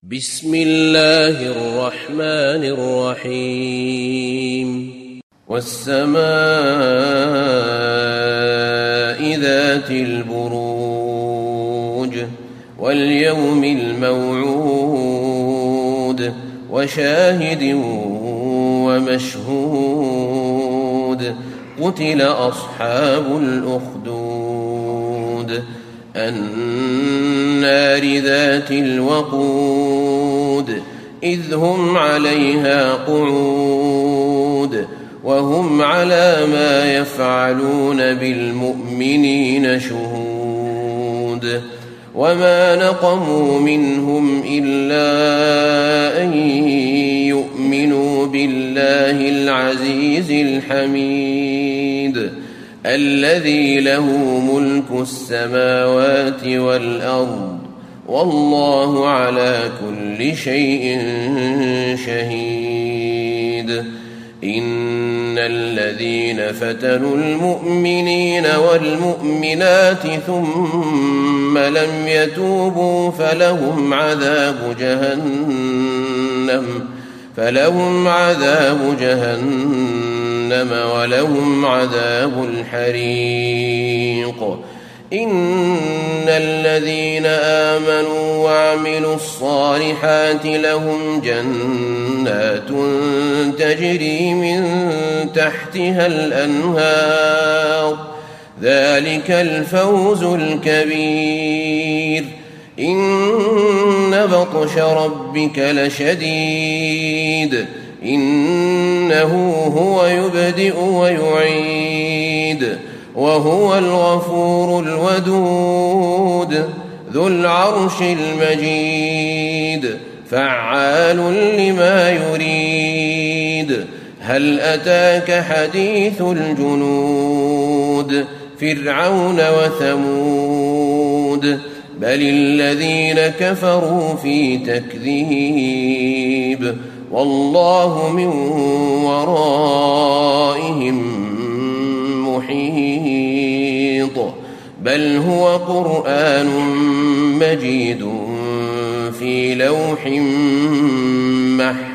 بسم الله الرحمن الرحيم والسماء ذات البروج واليوم الموعود وشاهد ومشهود قتل أصحاب الأخدود النار ذات الوقود إذ هم عليها قعود وهم على ما يفعلون بالمؤمنين شهود وما نقموا منهم إلا أن يؤمنوا بالله العزيز الحميد الذي له ملك السماوات والأرض والله على كل شيء شهيد إن الذين فتنوا المؤمنين والمؤمنات ثم لم يتوبوا فلهم عذاب جهنم ولهم عذاب الحريق إن الذين آمنوا وعملوا الصالحات لهم جنات تجري من تحتها الأنهار ذلك الفوز الكبير إن بطش ربك لشديد إنه هو يبدئ ويعيد وهو الغفور الودود ذو العرش المجيد فعال لما يريد هل أتاك حديث الجنود فرعون وثمود بل الذين كفروا في تكذيب والله من ورائهم محيط بل هو قرآن مجيد في لوح محفوظ